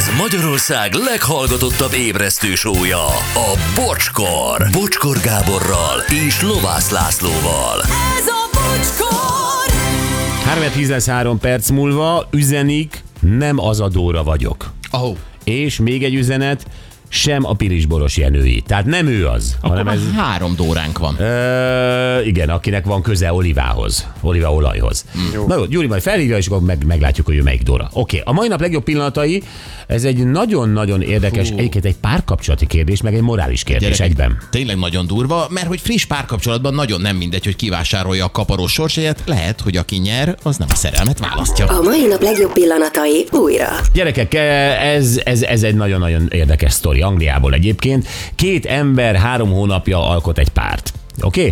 Ez Magyarország leghallgatottabb ébresztő show-ja, a Bocskor. Bocskor Gáborral és Lovász Lászlóval. Ez a Bocskor! 3:13 perc múlva üzenik, nem az a Dóra vagyok. Oh. És még egy üzenet, sem a Pilisboros Jenői. Tehát nem ő az, hanem ez... 3 Dóránk van. Igen, akinek van köze Olivához, olívaolajhoz. Na jó, Gyuri majd felhívja, és akkor meglátjuk, hogy ő melyik Dóra. Oké, a mai nap legjobb pillanatai, ez egy nagyon-nagyon érdekes, egyébként egy párkapcsolati kérdés, meg egy morális kérdés egyben. Tényleg nagyon durva, mert hogy friss párkapcsolatban nagyon nem mindegy, hogy kivásárolja a kaparós sorsjegyet, lehet, hogy aki nyer, az nem a szerelmet választja. A mai nap legjobb pillanatai újra. Gyerekek, ez egy nagyon-nagyon érdekes sztori. Angliából egyébként. 2 ember 3 hónapja alkot egy párt. Oké?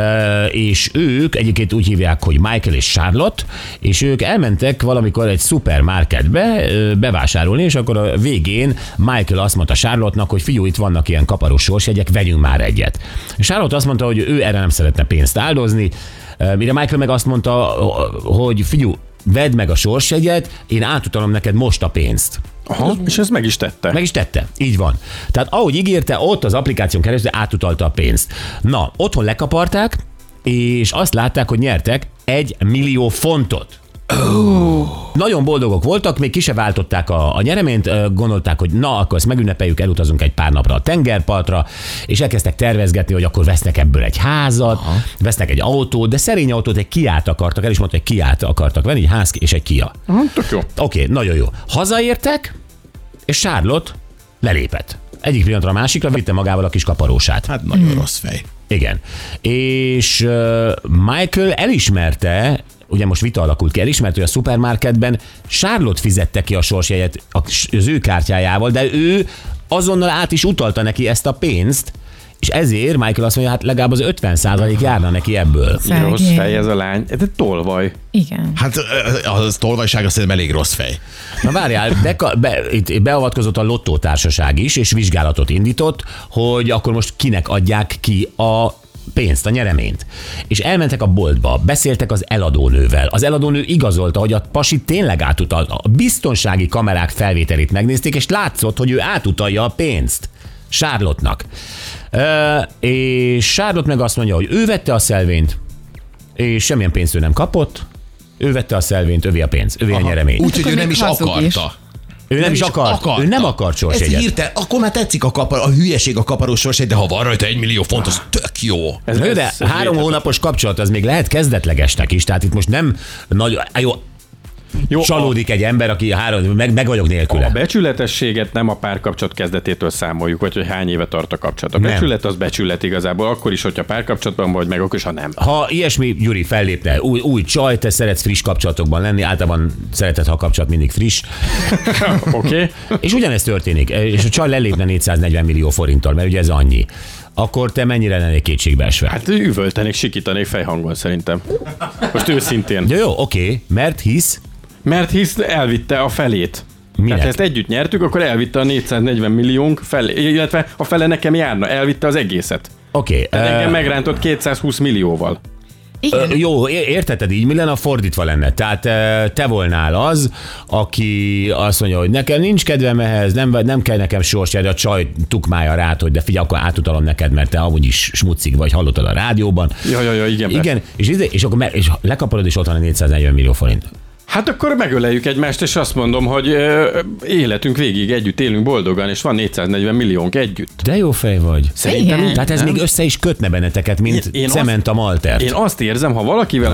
És ők egyébként úgy hívják, hogy Michael és Charlotte, és ők elmentek valamikor egy szupermarketbe bevásárolni, és akkor a végén Michael azt mondta Charlotte-nak, hogy figyelj, itt vannak ilyen kaparós sorsjegyek, vegyünk már egyet. Charlotte azt mondta, hogy ő erre nem szeretne pénzt áldozni, mire Michael meg azt mondta, hogy figyelj, vedd meg a sorsjegyet, én átutalom neked most a pénzt. Aha, és ezt meg is tette. Meg is tette, így van. Tehát ahogy ígérte, ott az applikáción keresztül átutalta a pénzt. Na, otthon lekaparták, és azt látták, hogy nyertek 1 millió fontot. Nagyon boldogok voltak, még ki se váltották a nyereményt, gondolták, hogy na, akkor ezt megünnepeljük, elutazunk egy pár napra a tengerpartra, és elkezdtek tervezgetni, hogy akkor vesznek ebből egy házat, vesznek egy autót, de szerény autót, egy Kiát akartak, el is mondta, hogy Kiát akartak venni, egy ház és egy Kia. Tök jó. Oké, nagyon jó. Hazaértek, és Charlotte lelépett. Egyik pillanatra a másikra vitte magával a kis kaparósát. Hát nagyon rossz fej. Igen. És Michael elismerte, ugye most vita alakult ki, elismerte, hogy a szupermarketben Charlotte fizette ki a sorsjegyet az ő kártyájával, de ő azonnal át is utalta neki ezt a pénzt, és ezért Michael azt mondja, hát legalább az 50% járna neki ebből. Szegény. Rossz fej ez a lány. Ez egy tolvaj. Igen. Hát az tolvajsága szerintem elég rossz fej. Na várjál, itt beavatkozott a lottótársaság is, és vizsgálatot indított, hogy akkor most kinek adják ki a pénzt, a nyereményt. És elmentek a boltba, beszéltek az eladónővel. Az eladónő igazolta, hogy a pasi tényleg átutalta. A biztonsági kamerák felvételét megnézték, és látszott, hogy ő átutalja a pénzt Charlotte-nak. És Charlotte meg azt mondja, hogy ő vette a szelvényt, és semmilyen pénzt ő nem kapott, ő vette a szelvényt, övé a pénz, övé a nyeremény. Úgyhogy ő nem is akarta. Ő nem is akart. Ő nem akart sorsjegyet. Ez írta, akkor már tetszik a hülyeség a kaparós sorsjegy, de ha van rajta 1 millió font, az tök jó. De 3 hónapos kapcsolat, az még lehet kezdetlegesnek is, tehát itt most nem nagy, jó, csalódik egy ember, aki meg vagyok nélküle. A becsületességet nem a párkapcsolat kezdetétől számoljuk, vagy hogy hány éve tart a kapcsolat. A becsület az becsület igazából, akkor is, hogyha párkapcsolatban vagy, meg akkor is, ha nem. Ha ilyesmi, Gyuri, fellépne, új csaj, te szeretsz friss kapcsolatokban lenni, általában szereted, ha a kapcsolat mindig friss. Oké. És ugyanezt történik, és a csaj lelépne 440 millió forinttal, mert ugye ez annyi. Akkor te mennyire lennél kétségbeesve? Hát üvöltenék, sikítanék fejhangon szerintem. Most őszintén. De jó, oké, mert hisz elvitte a felét. Minek? Tehát ezt együtt nyertük, akkor elvitte a 440 milliónk felé, illetve a fele nekem járna, elvitte az egészet. Oké. Engem megrántott 220 millióval. Jó, érteted, így mi lenne, fordítva lenne. Tehát te volnál az, aki azt mondja, hogy nekem nincs kedvem ehhez, nem kell nekem sorsjegy, a csaj tukmája rád, hogy de figyelj, akkor átutalom neked, mert te amúgy is smucig vagy, hallottad a rádióban. Ja, igen. És akkor és lekaparod, és ott van a 440 millió forint. Hát akkor megöleljük egymást, és azt mondom, hogy életünk végig együtt élünk boldogan, és van 440 milliónk együtt. De jó fej vagy. Szerintem így. Tehát ez még össze is kötne benneteket, mint cement a maltert. Én azt érzem, ha valakivel,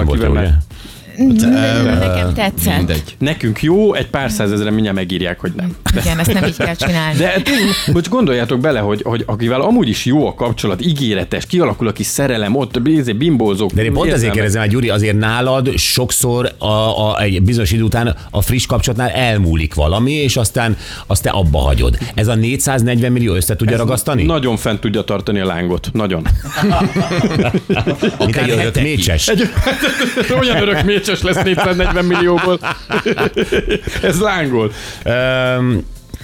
nekem tetszett. Mindegy. Nekünk jó, egy pár százezren mindjárt megírják, hogy nem. Igen, ezt nem így kell csinálni. De most gondoljátok bele, hogy akivel amúgy is jó a kapcsolat, ígéretes, kialakul a kis szerelem, ott bimbózók. De én pont azért kérdezem, hogy Gyuri, azért nálad sokszor egy bizonyos idő után a friss kapcsolatnál elmúlik valami, és aztán azt te abba hagyod. Ez a 440 millió össze tudja ragasztani? Nagyon fent tudja tartani a lángot. Nagyon. Mint egy örök mécses. Olyan örök mécses lesz 440 millióból. Ez lángol.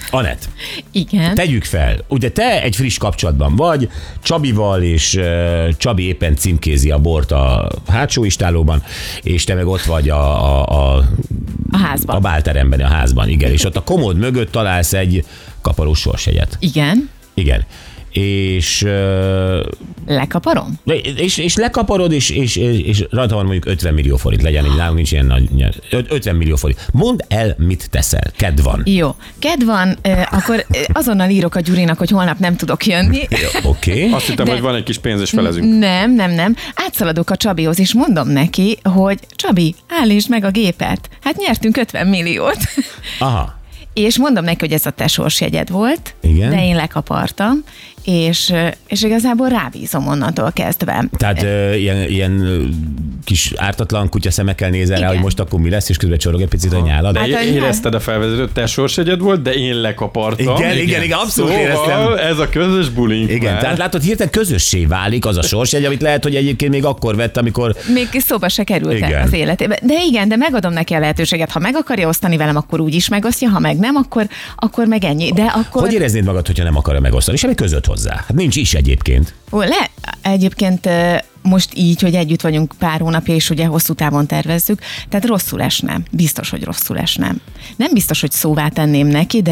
Anett, Igen. tegyük fel, ugye te egy friss kapcsolatban vagy, Csabival, és Csabi éppen címkézi a bort a hátsó istálóban, és te meg ott vagy A házban. a bálteremben, a házban, igen, és ott a komód mögött találsz egy kaparós sorsjegyet. Igen. Igen. És Lekaparom? és lekaparod, és rajta van mondjuk 50 millió forint, legyen, így nálunk nincs ilyen nagy, 50 millió forint. Mondd el, mit teszel, kedv van. Jó. Kedv van, akkor azonnal írok a Gyurinak, hogy holnap nem tudok jönni. Oké. Azt hittem, De- hogy van egy kis pénz, és felezünk. Nem. Átszaladok a Csabihoz, és mondom neki, hogy Csabi, állítsd meg a gépet. Hát nyertünk 50 milliót. Aha. És mondom neki, hogy ez a te sorsjegyed volt, Igen. de én lekapartam, és igazából rábízom onnantól kezdve. Tehát ilyen kis ártatlan kutya szemekkel nézel rá, Igen. hogy most akkor mi lesz, és közben csorog egy picit a nyálad. Hát, hogy Érezted a felvezetőt, te sorsjegyed volt, de én lekapartam. Igen, abszolút szóval éreztem. ez a közös bulink. Igen, már. tehát látod, hirtelen közössé válik az a sorsjegy, amit lehet, hogy egyébként még akkor vett, amikor... Még szóba se került Igen. az életébe. De megadom neki a lehetőséget. Ha meg akarja osztani velem, akkor úgy is megosztja, ha meg nem, akkor meg ennyi. De akkor... Hogy éreznéd magad, hogyha nem akarja megosztani? Semmi között hozzá. Hát nincs is egyébként. Egyébként most így, hogy együtt vagyunk pár hónapja, és ugye hosszú távon tervezzük, tehát rosszul esnem. Biztos, hogy rosszul esnem. Nem biztos, hogy szóvá tenném neki,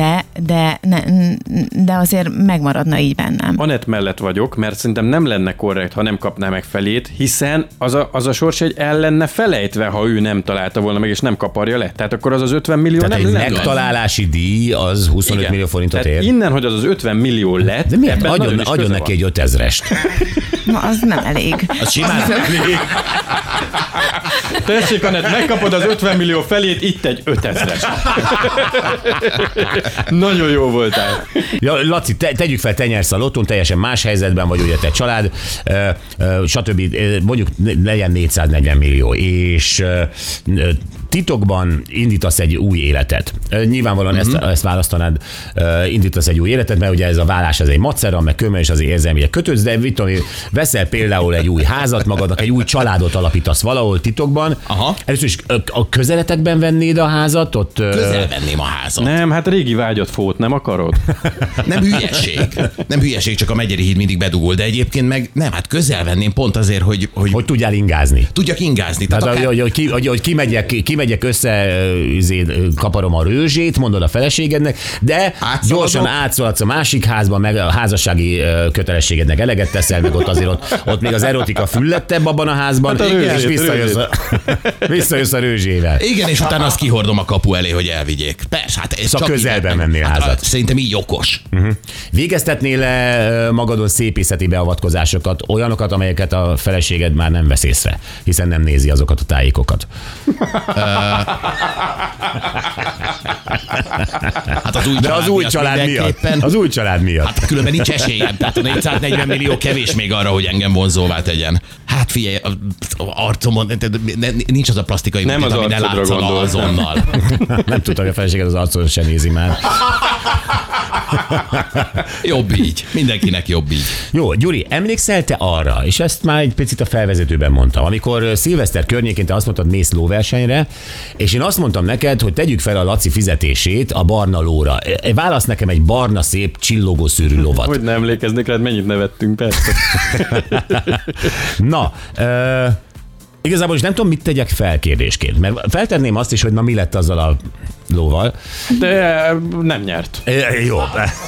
de azért megmaradna így bennem. Anett mellett vagyok, mert szerintem nem lenne korrekt, ha nem kapná meg felét, hiszen az a sorsjegy el lenne felejtve, ha ő nem találta volna meg, és nem kaparja le. Tehát akkor az 50 millió Tehát nem egy lenne. megtalálási díj az 25 Igen. millió forintot Tehát ér. innen, hogy az 50 millió lett, De miért? ebben nagyon is Adjon köze neki van. egy 5000-est. Na, az nem elég. Az simán elég. Tessék, Anett, megkapod az 50 millió felét, itt egy 5000-es. Nagyon jó voltál. Ja, Laci, tegyük fel, te nyersz a lottón, teljesen más helyzetben vagy, ugye te család, stb. Mondjuk legyen 440 millió, és titokban indítasz egy új életet. Nyilvánvalóan ezt választanád, indítasz egy új életet, mert ugye ez a vállás az egy macera, meg kömmel, és azért érzelmileg kötődsz, de mit tudom, veszel például egy új házat magadnak, egy új családot alapítasz valahol titokban. Aha. Először is a közeletekben vennéd a házat, ott... Közel venném a házat. Nem, hát régi vágyat fót, nem akarod? Nem hülyeség. Nem hülyeség, csak a Megyeri híd mindig bedugol, de egyébként meg nem, hát közel venném pont azért, hogy Hogy tudjál ingázni. tudjak ingázni. Tehát, akár- hogy kimegyek össze, kaparom a rőzsét, mondod a feleségednek, de Átszaladok. gyorsan átszaladsz a másik házba, meg a házassági kötelességednek eleget teszel, meg ott azért ott még az erotika füllettebb abban a házban, Hát a rőzsét, és visszajössz a rőzsével. Igen, és utána azt kihordom a kapu elé, hogy elvigyék. Persze, hát ez Szóval csak közelben így- mennél hát, házat. Szerintem így okos. Végeztetnél le magadon szépészeti beavatkozásokat, olyanokat, amelyeket a feleséged már nem vesz észre, hiszen nem nézi azokat a tájékokat. Hát az új De az új család miatt. mindenképpen. Az új család miatt. Hát különben nincs esélyem. Tehát a 440 millió kevés még arra, hogy engem vonzóvá tegyen. Hát figyelj, arcomon nincs az a plastikai Nem műtét, az ami ne arcodra látszana gondoltam. azonnal. Nem tudtam, hogy a feleséged az arcon sem nézi már. Jobb így. Mindenkinek jobb így. Jó, Gyuri, emlékszel te arra, és ezt már egy picit a felvezetőben mondtam, amikor szilveszter környékén te azt mondtad, mész lóversenyre, és én azt mondtam neked, hogy tegyük fel a Laci fizetését a barna lóra. Válasz nekem egy barna, szép, csillogó szőrű lovat. Hogy ne emlékeznék rá, mennyit nevettünk, persze. Na, igazából is nem tudom, mit tegyek fel kérdésként, mert feltenném azt is, hogy na mi lett azzal a lóval. De nem nyert. Jó.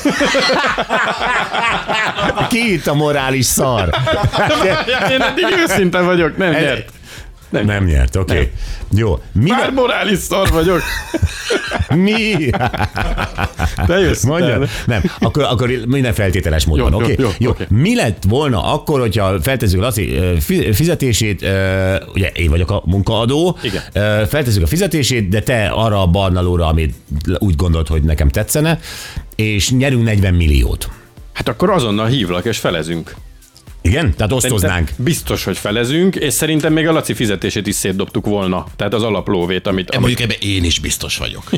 Ki itt a morális szar? Én eddig őszinte vagyok, nem nyert. Nem nyert, oké. Jó. Már morális szar vagyok. Mi? Te jössz. Mondjad? Nem, akkor minden feltételes módon, Jó, oké? jó, Jó. oké. Mi lett volna akkor, hogyha feltezzük Laci fizetését, ugye én vagyok a munkaadó, Igen. Feltezzük a fizetését, de te arra a barna lóra, amit úgy gondolt, hogy nekem tetszene, és nyerünk 40 milliót. Hát akkor azonnal hívlak, és felezünk. Igen? Tehát osztoznánk. Szerintem biztos, hogy felezünk, és szerintem még a Laci fizetését is szétdobtuk volna. Tehát az alaplóvét, amit... Mondjuk ebben én is biztos vagyok.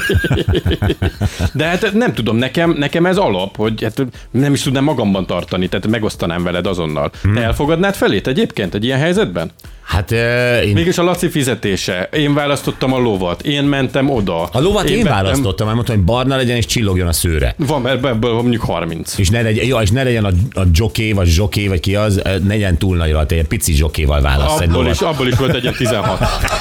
De hát nem tudom, nekem ez alap, hogy hát nem is tudnám magamban tartani, tehát megosztanám veled azonnal. Te elfogadnád felét egyébként egy ilyen helyzetben? Hát én... Mégis a Laci fizetése. Én választottam a lovat. Én mentem oda. A lovat én választottam, mert mondtam, hogy barna legyen és csillogjon a szőre. Van, mert ebből mondjuk 30. És ne legyen a jockey, vagy zsoké, vagy ki az, ne legyen túl nagy rajta, egy pici zsokéval választ egy lovat. Abból is volt egy 16.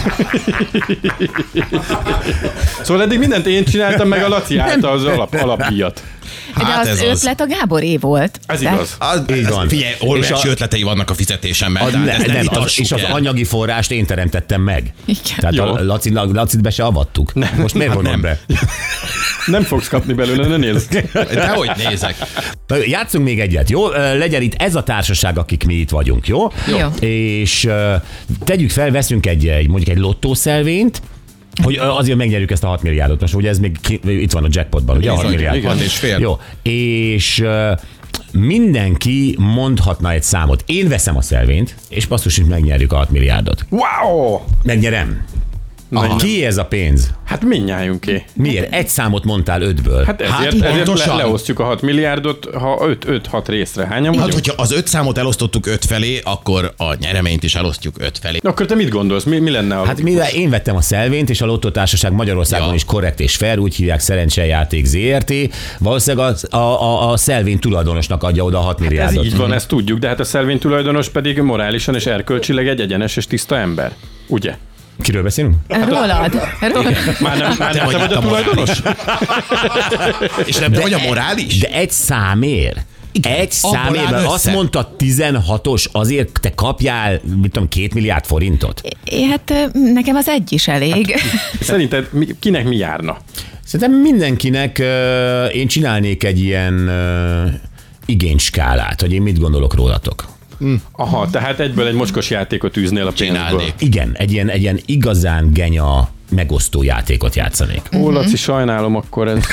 Szóval eddig mindent én csináltam, meg a Laci állta az alapdíjat. De az ötlet a Gáboré volt. Ez igaz. Így van. Figyelj, óriási ötletei vannak a fizetésemben. És az anyagi forrást én teremtettem meg. Igen. Tehát Jó. a Lacit be se avattuk. Most miért vonom be? Nem fogsz kapni belőle, ne nézd. Dehogy nézek. Játszunk még egyet, jó? Legyen itt ez a társaság, akik mi itt vagyunk, jó? Jó. És tegyük fel, veszünk mondjuk egy lottószelvényt, hogy azért megnyerjük ezt a 6 milliárdot. Most ugye ez még itt van a jackpotban, ugye? 6 milliárd. Igen, és fél. Jó, és mindenki mondhatna egy számot. Én veszem a szelvényt, és basszus, is megnyerjük a 6 milliárdot. Wow! Megnyerem. Ki ez a pénz? Hát mindnyájunké. Miért? Egy számot mondtál 5-ből. Hát ezért pontosan. leosztjuk a 6 milliárdot, ha 5-6 részre. Hányan Hát, vagyunk? hogyha az 5 számot elosztottuk 5 felé, akkor a nyereményt is elosztjuk 5 felé. Akkor te mit gondolsz? Mi lenne a... Hát mivel én vettem a szelvényt, és a Lottotársaság Magyarországon Ja. is korrekt és fair, úgy hívják Szerencsejáték ZRT, valószínűleg a szelvény tulajdonosnak adja oda a 6 Ez milliárdot. így van, ezt tudjuk, de hát a szelvény tulajdonos pedig morálisan és erkölcsileg egy egyenes és tiszta ember. Ugye? Kiről beszélünk? Rólad. Már nem te vagy a tulajdonos? És nem te vagy a morális? De egy számér. Egy abból számérben áll azt össze. mondta 16-os, azért te kapjál, mit tudom, 2 milliárd forintot? Hát nekem az egy is elég. Szerinted kinek mi járna? Szerintem mindenkinek én csinálnék egy ilyen igényskálát, hogy én mit gondolok rólatok. Aha, tehát egyből egy mocskos játékot űznél a pénzből. Csinálnék. Igen, egy ilyen igazán genya megosztó játékot játszanék. Ó, Laci, sajnálom, akkor ez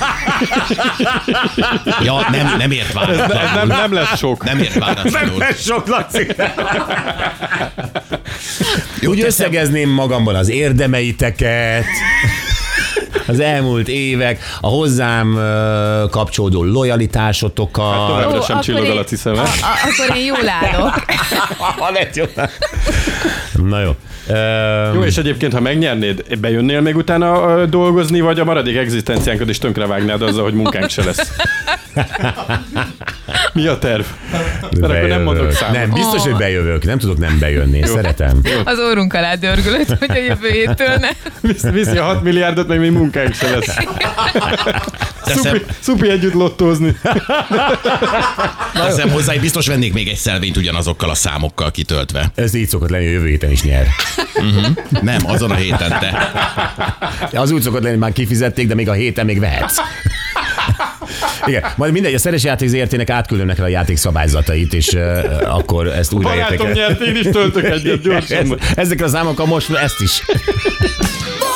Ja, nem ért váratlanul. nem lesz sok. Nem ért váratlanul. Sok, Laci! Jó, Úgy teszem. összegezném magamban az érdemeiteket, az elmúlt évek, a hozzám kapcsolódó lojalitásotokat. Továbbra Ó, sem akkor csillog a én- Laci szeme. Akkor én jól állok. Na jó. Jó, és egyébként, ha megnyernéd, bejönnél még utána dolgozni, vagy a maradék egzisztenciánkat is tönkrevágnád azzal, hogy munkánk se lesz? Mi a terv? Mert akkor nem mondok számot. Nem, biztos, hogy bejövök. Nem tudok nem bejönni. Én szeretem. Az orrunk alá dörgölött, hogy a jövő héttől ne. Viszi a 6 milliárdot, meg még munkánk se lesz. Szupi együtt lottózni. Teszem hozzá, hogy biztos vennék még egy szelvényt ugyanazokkal a számokkal kitöltve. Ez így szokott lenni, hogy jövő héten is nyer. Nem, azon a héten te. Az úgy szokott lenni, hogy már kifizették, de még a héten még vehetsz. Igen, majd mindegy, a Szeres Játék ZRT-nek átküldöm neked a játék szabályzatait, és akkor ezt újra Barátom értek. nyert, én is töltök egyet gyorsan. Ezekre a számokkal most ezt is.